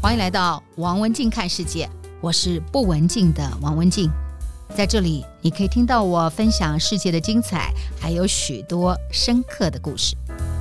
欢迎来到王文静看世界，我是不文静的王文静。在这里你可以听到我分享世界的精彩，还有许多深刻的故事。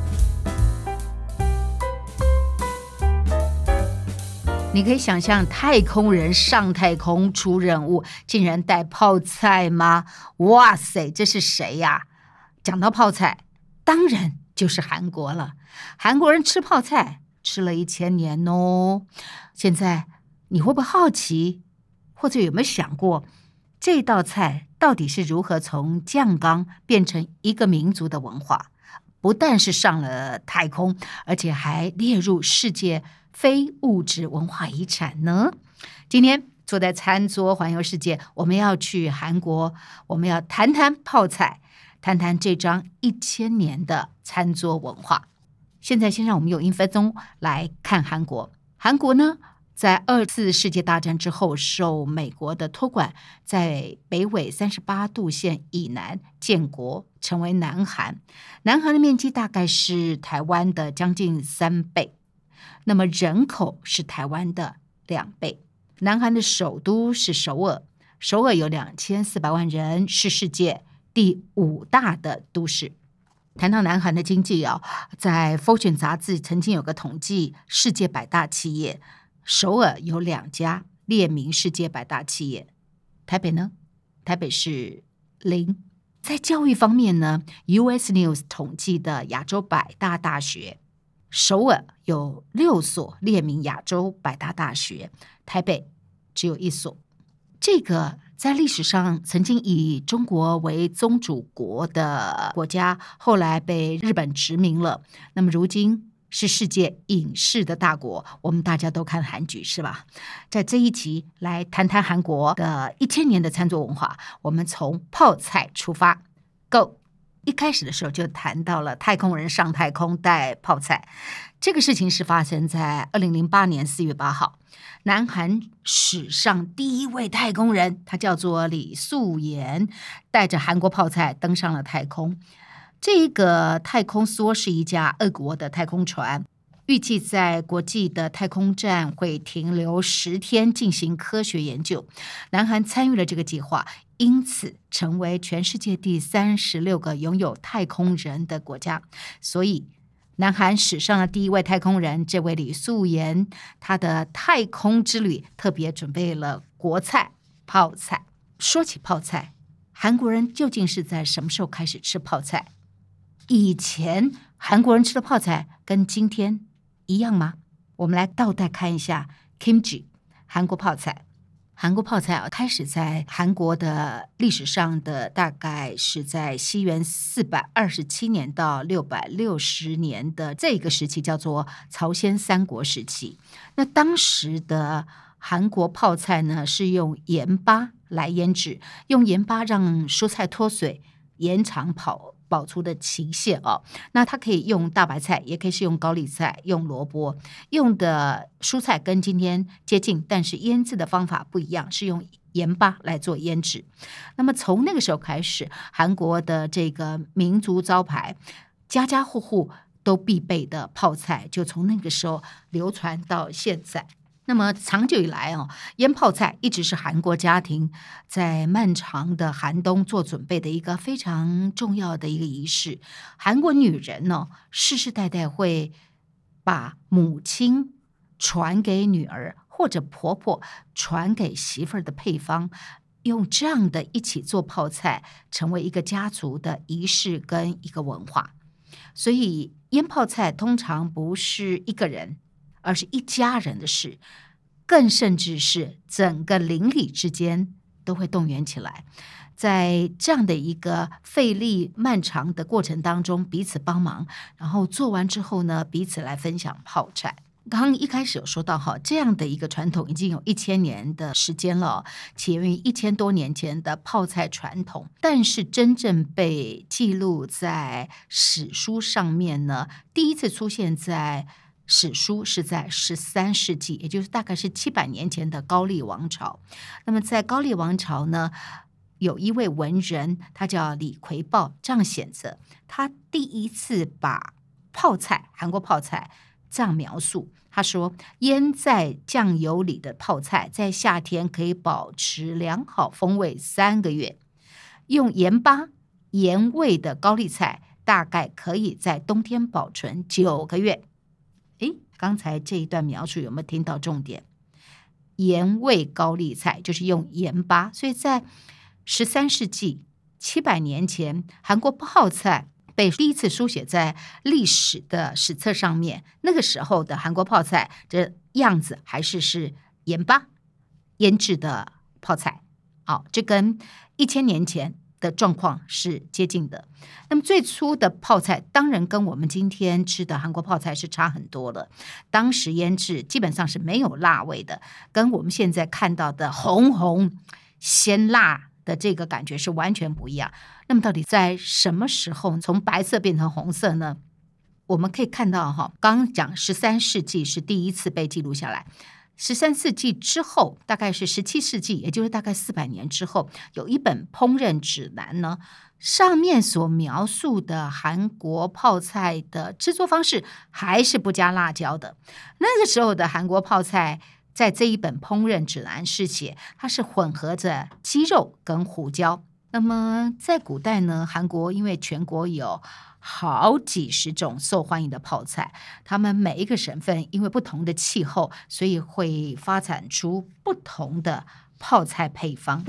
你可以想象太空人上太空出任务竟然带泡菜吗？哇塞，这是谁呀？讲到泡菜，当然就是韩国了。韩国人吃泡菜吃了1000年哦。现在你会不会好奇，或者有没有想过，这道菜到底是如何从酱缸变成一个民族的文化？不但是上了太空，而且还列入世界非物质文化遗产呢？今天坐在餐桌环游世界，我们要去韩国，我们要谈谈泡菜，谈谈这张1000年的餐桌文化。现在先让我们用1分钟来看韩国。韩国呢，在2次世界大战之后受美国的托管，在北纬38度线以南建国，成为南韩。南韩的面积大概是台湾的将近3倍，那么人口是台湾的2倍。南韩的首都是首尔，首尔有2400万人，是世界第5大的都市。谈到南韩的经济在 Fortune 杂志曾经有个统计，世界100大企业，首尔有2家列名世界100大企业。台北呢？台北是0。在教育方面呢， US News 统计的亚洲100大大学，首尔有6所列名亚洲100大大学，台北只有1所。这个在历史上曾经以中国为宗主国的国家，后来被日本殖民了。那么如今是世界影视的大国，我们大家都看韩剧是吧？在这一集来谈谈韩国的1000年的餐桌文化，我们从泡菜出发 ，Go！ 一开始的时候就谈到了太空人上太空带泡菜，这个事情是发生在2008年4月8号，南韩史上第1位太空人，他叫做李素妍，带着韩国泡菜登上了太空。这一个太空梭是一架俄国的太空船，预计在国际的太空站会停留10天进行科学研究。南韩参与了这个计划，因此成为全世界第36个拥有太空人的国家。所以南韩史上的第1位太空人，这位李素妍，他的太空之旅特别准备了国菜泡菜。说起泡菜，韩国人究竟是在什么时候开始吃泡菜？以前韩国人吃的泡菜跟今天一样吗？我们来倒带看一下 kimchi 韩国泡菜。韩国泡菜开始在韩国的历史上的大概是在西元427年到660年的这个时期，叫做朝鲜三国时期。那当时的韩国泡菜呢，是用盐巴来腌制，用盐巴让蔬菜脱水，延长保存的期限那它可以用大白菜，也可以是用高丽菜，用萝卜，用的蔬菜跟今天接近，但是腌制的方法不一样，是用盐巴来做腌制。那么从那个时候开始，韩国的这个民族招牌，家家户户都必备的泡菜，就从那个时候流传到现在。那么长久以来腌泡菜一直是韩国家庭在漫长的寒冬做准备的一个非常重要的一个仪式。韩国女人世世代代会把母亲传给女儿，或者婆婆传给媳妇儿的配方，用这样的一起做泡菜，成为一个家族的仪式跟一个文化。所以腌泡菜通常不是一个人，而是一家人的事，更甚至是整个邻里之间都会动员起来，在这样的一个费力漫长的过程当中彼此帮忙，然后做完之后呢，彼此来分享泡菜。刚刚一开始有说到这样的一个传统已经有1000年的时间了，起源于1000多年前的泡菜传统，但是真正被记录在史书上面呢，第一次出现在史书是在13世纪，也就是大概是700年前的高丽王朝。那么在高丽王朝呢，有一位文人，他叫李逵豹，这样显着他第一次把泡菜，韩国泡菜这样描述，他说腌在酱油里的泡菜在夏天可以保持良好风味3个月，用盐巴盐味的高丽菜大概可以在冬天保存9个月。刚才这一段描述有没有听到重点？盐味高丽菜就是用盐巴，所以在13世纪700年前，韩国泡菜被第一次书写在历史的史册上面。那个时候的韩国泡菜的样子还是盐巴腌制的泡菜，这跟1000年前的状况是接近的。那么最初的泡菜当然跟我们今天吃的韩国泡菜是差很多了，当时腌制基本上是没有辣味的，跟我们现在看到的红鲜辣的这个感觉是完全不一样。那么到底在什么时候从白色变成红色呢？我们可以看到刚刚讲13世纪是第一次被记录下来，13世纪之后大概是17世纪，也就是大概400年之后，有一本烹饪指南呢，上面所描述的韩国泡菜的制作方式还是不加辣椒的。那个时候的韩国泡菜在这一本烹饪指南是写它是混合着鸡肉跟胡椒。那么在古代呢，韩国因为全国有好几十种受欢迎的泡菜，他们每一个省份因为不同的气候，所以会发展出不同的泡菜配方。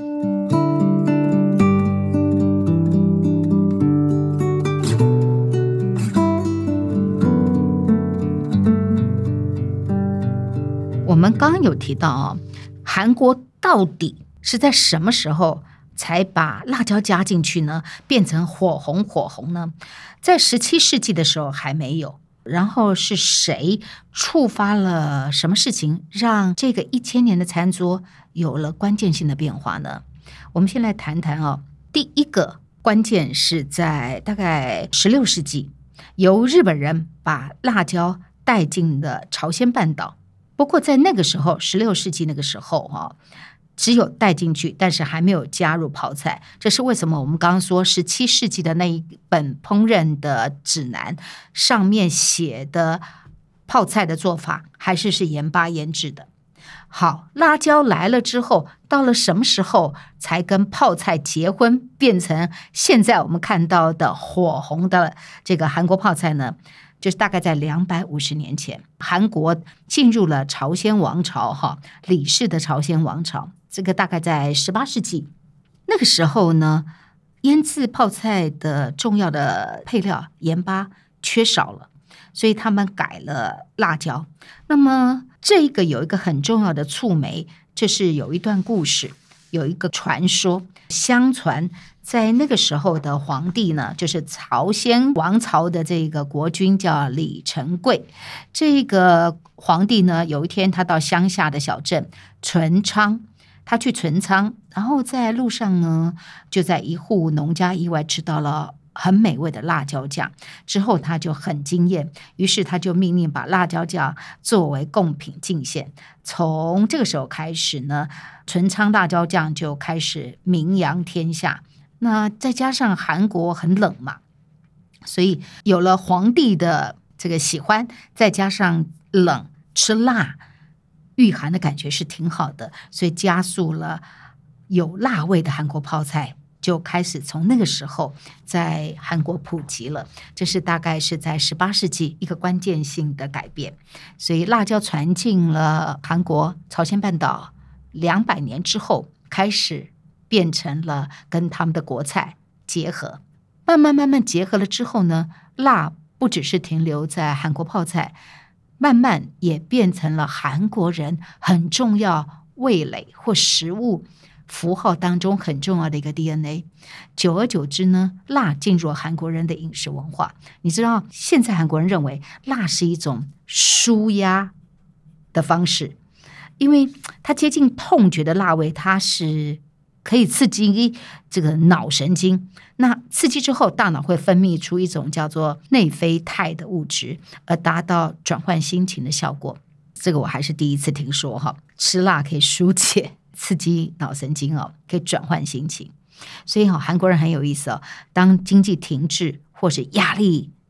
我们刚刚有提到韩国到底是在什么时候才把辣椒加进去呢？变成火红呢？在17世纪的时候还没有。然后是谁触发了什么事情，让这个1000年的餐桌有了关键性的变化呢？我们先来谈谈第一个关键是在大概16世纪，由日本人把辣椒带进了朝鲜半岛。不过在那个时候16世纪那个时候只有带进去，但是还没有加入泡菜。这是为什么我们刚刚说17世纪的那一本烹饪的指南上面写的泡菜的做法还是盐巴腌制的。好，辣椒来了之后，到了什么时候才跟泡菜结婚，变成现在我们看到的火红的这个韩国泡菜呢？就是大概在250年前，韩国进入了朝鲜王朝李氏的朝鲜王朝。这个大概在18世纪，那个时候呢，腌制泡菜的重要的配料盐巴缺少了，所以他们改了辣椒。那么这个有一个很重要的触媒，就是有一段故事，有一个传说，相传在那个时候的皇帝呢，就是朝鲜王朝的这个国君叫李成桂。这个皇帝呢，有一天他到乡下的小镇淳昌，他去淳昌，然后在路上呢，就在一户农家意外吃到了很美味的辣椒酱，之后他就很惊艳，于是他就命令把辣椒酱作为贡品进献。从这个时候开始呢，淳昌辣椒酱就开始名扬天下。那再加上韩国很冷嘛，所以有了皇帝的这个喜欢，再加上冷吃辣御寒的感觉是挺好的，所以加速了有辣味的韩国泡菜就开始从那个时候在韩国普及了。这是大概是在18世纪一个关键性的改变。所以辣椒传进了韩国朝鲜半岛200年之后，开始变成了跟他们的国菜结合。慢慢结合了之后呢，辣不只是停留在韩国泡菜，慢慢也变成了韩国人很重要味蕾或食物符号当中很重要的一个 DNA。 久而久之呢，辣进入韩国人的饮食文化。你知道现在韩国人认为辣是一种舒压的方式，因为它接近痛觉的辣味，它是可以刺激这个脑神经，那刺激之后大脑会分泌出一种叫做内啡肽的物质，而达到转换心情的效果。这个我还是第一次听说吃辣可以疏解刺激脑神经可以转换心情。所以韩国人很有意思当经济停滞或是压力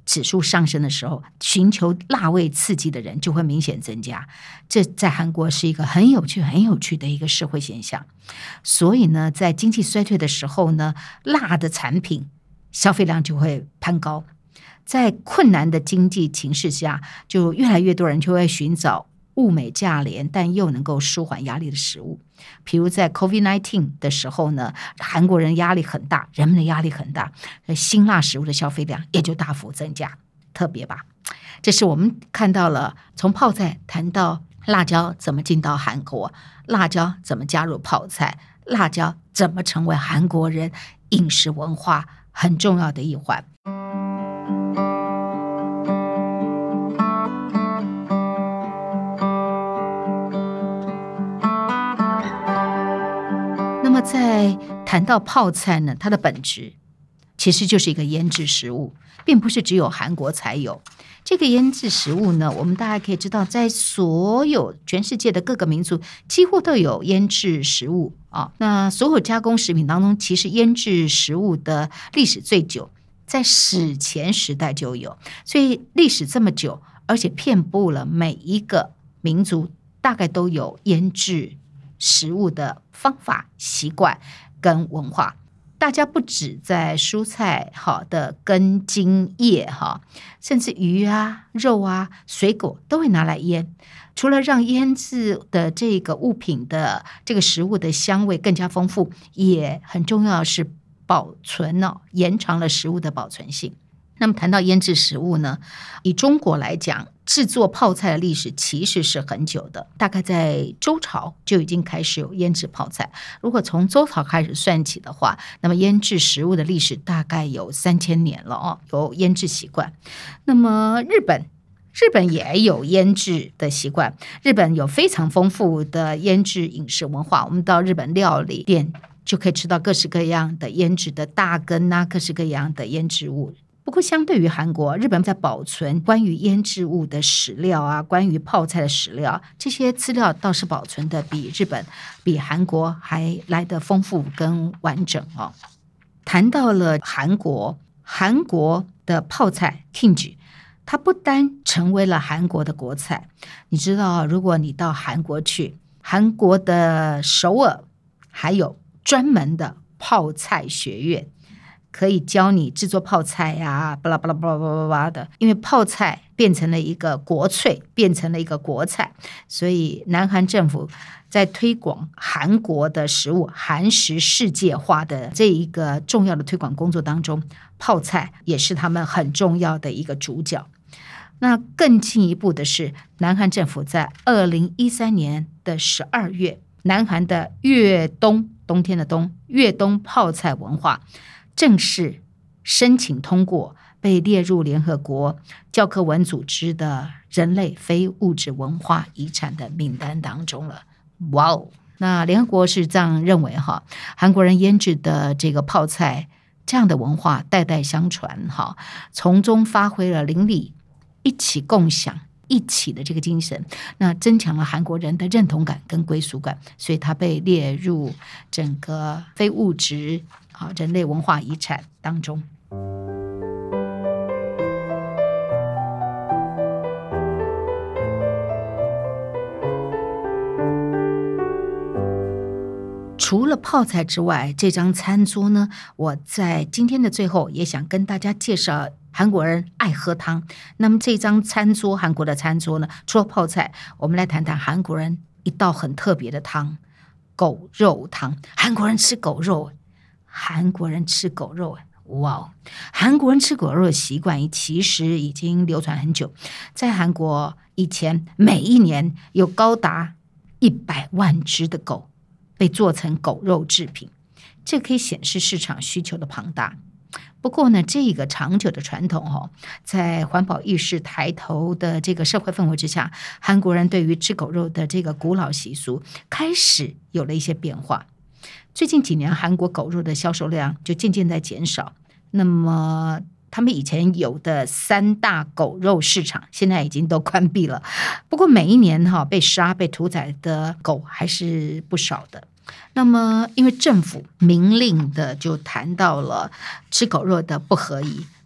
指数上升的时候，寻求辣味刺激的人就会明显增加。这在韩国是一个很有趣的一个社会现象。所以呢，在经济衰退的时候呢，辣的产品消费量就会攀高。在困难的经济情势下，就越来越多人就会寻找物美价廉但又能够舒缓压力的食物。比如在 COVID-19 的时候呢，韩国人压力很大，人们的压力很大，辛辣食物的消费量也就大幅增加，特别吧。这是我们看到了从泡菜谈到辣椒怎么进到韩国，辣椒怎么加入泡菜，辣椒怎么成为韩国人饮食文化很重要的一环。那么在谈到泡菜呢，它的本质其实就是一个腌制食物，并不是只有韩国才有。这个腌制食物呢，我们大家可以知道，在所有全世界的各个民族几乎都有腌制食物啊。那所有加工食品当中，其实腌制食物的历史最久，在史前时代就有，所以历史这么久，而且遍布了每一个民族，大概都有腌制食物的方法、习惯跟文化。大家不止在蔬菜的根茎叶甚至鱼啊、肉啊、水果都会拿来腌。除了让腌制的这个物品的这个食物的香味更加丰富，也很重要的是保存延长了食物的保存性。那么谈到腌制食物呢，以中国来讲，制作泡菜的历史其实是很久的，大概在周朝就已经开始有腌制泡菜。如果从周朝开始算起的话，那么腌制食物的历史大概有3000年了有腌制习惯。那么日本也有腌制的习惯，日本有非常丰富的腌制饮食文化。我们到日本料理店就可以吃到各式各样的腌制的大根啊，各式各样的腌制物。不过相对于韩国，日本在保存关于腌制物的史料啊，关于泡菜的史料，这些资料倒是保存的比韩国还来得丰富跟完整谈到了韩国的泡菜 kimchi， 它不单成为了韩国的国菜。你知道，如果你到韩国去，韩国的首尔还有专门的泡菜学院，可以教你制作泡菜啊，巴拉巴拉巴拉巴拉巴拉的。因为泡菜变成了一个国粹，变成了一个国菜，所以南韩政府在推广韩国的食物、韩食世界化的这一个重要的推广工作当中，泡菜也是他们很重要的一个主角。那更进一步的是，南韩政府在2013年的12月，南韩的越冬，冬天的冬，越冬泡菜文化正式申请通过，被列入联合国教科文组织的人类非物质文化遗产的名单当中了。哇哦！那联合国是这样认为韩国人腌制的这个泡菜这样的文化代代相传从中发挥了邻里一起共享一起的这个精神，那增强了韩国人的认同感跟归属感，所以它被列入整个非物质人类文化遗产当中。除了泡菜之外，这张餐桌呢，我在今天的最后也想跟大家介绍韩国人爱喝汤。那么这张餐桌，韩国的餐桌呢，除了泡菜，我们来谈谈韩国人一道很特别的汤——狗肉汤。韩国人吃狗肉，哇哦！韩国人吃狗肉的习惯其实已经流传很久。在韩国以前，每一年有高达100万只的狗被做成狗肉制品，这可以显示市场需求的庞大。不过呢，这个长久的传统在环保意识抬头的这个社会氛围之下，韩国人对于吃狗肉的这个古老习俗开始有了一些变化。最近几年，韩国狗肉的销售量就渐渐在减少。那么他们以前有的3大狗肉市场现在已经都关闭了。不过每一年被杀被屠宰的狗还是不少的。那么因为政府明令的就谈到了吃狗肉的不合宜，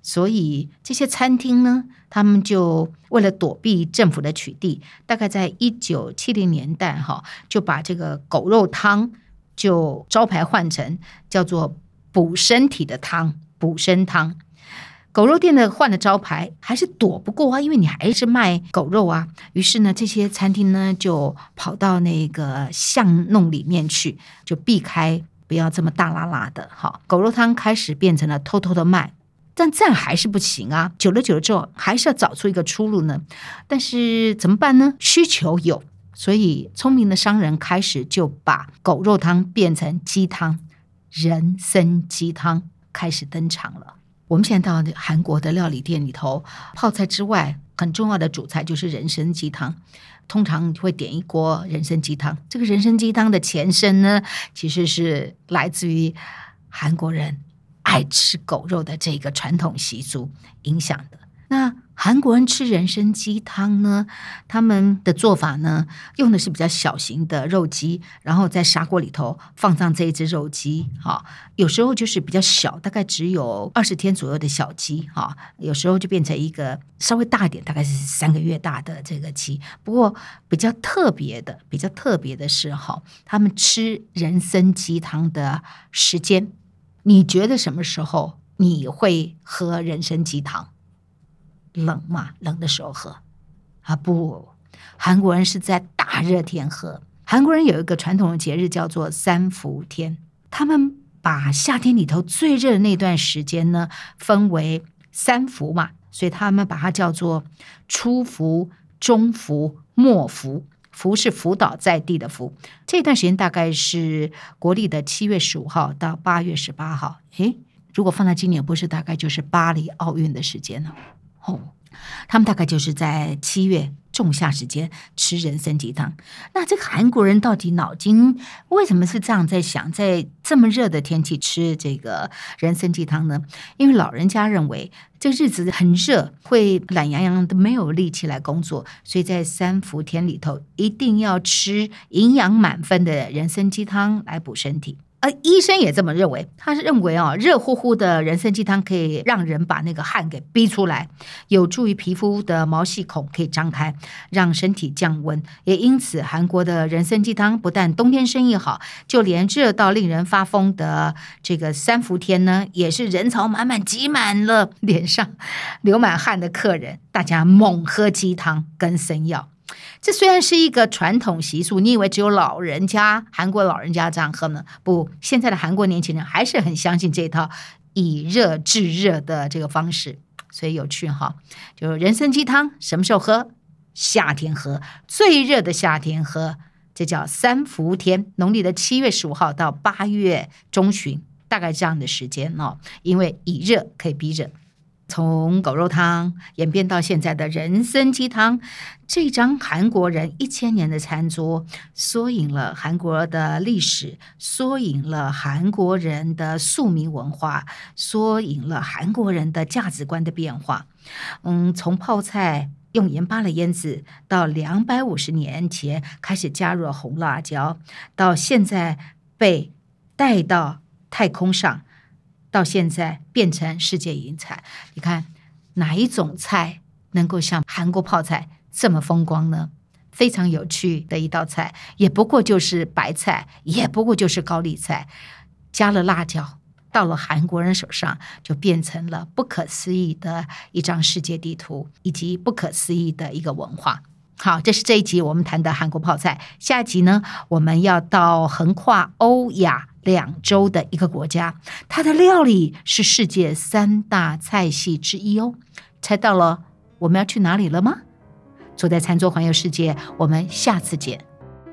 所以这些餐厅呢，他们就为了躲避政府的取缔，大概在1970年代就把这个狗肉汤就招牌换成叫做补身体的汤，补身汤。狗肉店的换了招牌还是躲不过啊，因为你还是卖狗肉啊。于是呢，这些餐厅呢就跑到那个巷弄里面去，就避开不要这么大拉拉的。狗肉汤开始变成了偷偷的卖。但这样还是不行啊，久了之后还是要找出一个出路呢。但是怎么办呢？需求有，所以聪明的商人开始就把狗肉汤变成鸡汤，人参鸡汤开始登场了。我们现在到韩国的料理店里头，泡菜之外很重要的主菜就是人参鸡汤，通常会点一锅人参鸡汤。这个人参鸡汤的前身呢，其实是来自于韩国人爱吃狗肉的这个传统习俗影响的。那韩国人吃人参鸡汤呢，他们的做法呢，用的是比较小型的肉鸡，然后在砂锅里头放上这一只肉鸡，有时候就是比较小，大概只有20天左右的小鸡，有时候就变成一个稍微大一点，大概是3个月大的这个鸡。不过比较特别的是他们吃人参鸡汤的时间，你觉得什么时候你会喝人参鸡汤？冷嘛，冷的时候喝啊？不，韩国人是在大热天喝。韩国人有一个传统的节日叫做3伏天，他们把夏天里头最热的那段时间呢分为3伏嘛，所以他们把它叫做初伏、中伏、末伏。伏是伏倒在地的伏，这段时间大概是国历的7月15号到8月18号。如果放在今年，不是大概就是巴黎奥运的时间了。他们大概就是在7月仲夏时间吃人参鸡汤。那这个韩国人到底脑筋为什么是这样在想，在这么热的天气吃这个人参鸡汤呢？因为老人家认为这日子很热，会懒洋洋的没有力气来工作，所以在3伏天里头一定要吃营养满分的人参鸡汤来补身体。而医生也这么认为，他认为热乎乎的人参鸡汤可以让人把那个汗给逼出来，有助于皮肤的毛细孔可以张开，让身体降温。也因此，韩国的人参鸡汤不但冬天生意好，就连热到令人发疯的这个3伏天呢，也是人潮满满，挤满了脸上流满汗的客人，大家猛喝鸡汤跟参药。这虽然是一个传统习俗，你以为只有韩国老人家这样喝呢？不，现在的韩国年轻人还是很相信这套以热制热的这个方式，所以有趣就人参鸡汤什么时候喝？夏天喝，最热的夏天喝，这叫3伏天，农历的7月15号到8月中旬，大概这样的时间因为以热可以逼热。从狗肉汤演变到现在的人参鸡汤，这张韩国人1000年的餐桌，缩影了韩国的历史，缩影了韩国人的庶民文化，缩影了韩国人的价值观的变化。从泡菜用盐巴了腌制，到250年前开始加入了红辣椒，到现在被带到太空上，到现在变成世界名菜。你看哪一种菜能够像韩国泡菜这么风光呢？非常有趣的一道菜，也不过就是白菜，也不过就是高丽菜，加了辣椒，到了韩国人手上就变成了不可思议的一张世界地图，以及不可思议的一个文化。好，这是这一集我们谈的韩国泡菜。下一集呢，我们要到横跨欧亚2洲的一个国家，它的料理是世界3大菜系之一哦。猜到了我们要去哪里了吗？坐在餐桌环游世界，我们下次见。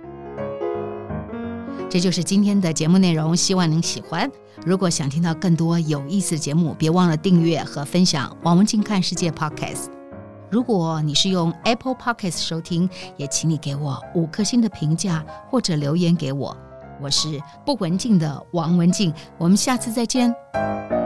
这就是今天的节目内容，希望您喜欢。如果想听到更多有意思的节目，别忘了订阅和分享王文静看世界 Podcast。如果你是用 Apple Podcast 收听，也请你给我5颗星的评价或者留言给我。我是不文静的王文静，我们下次再见。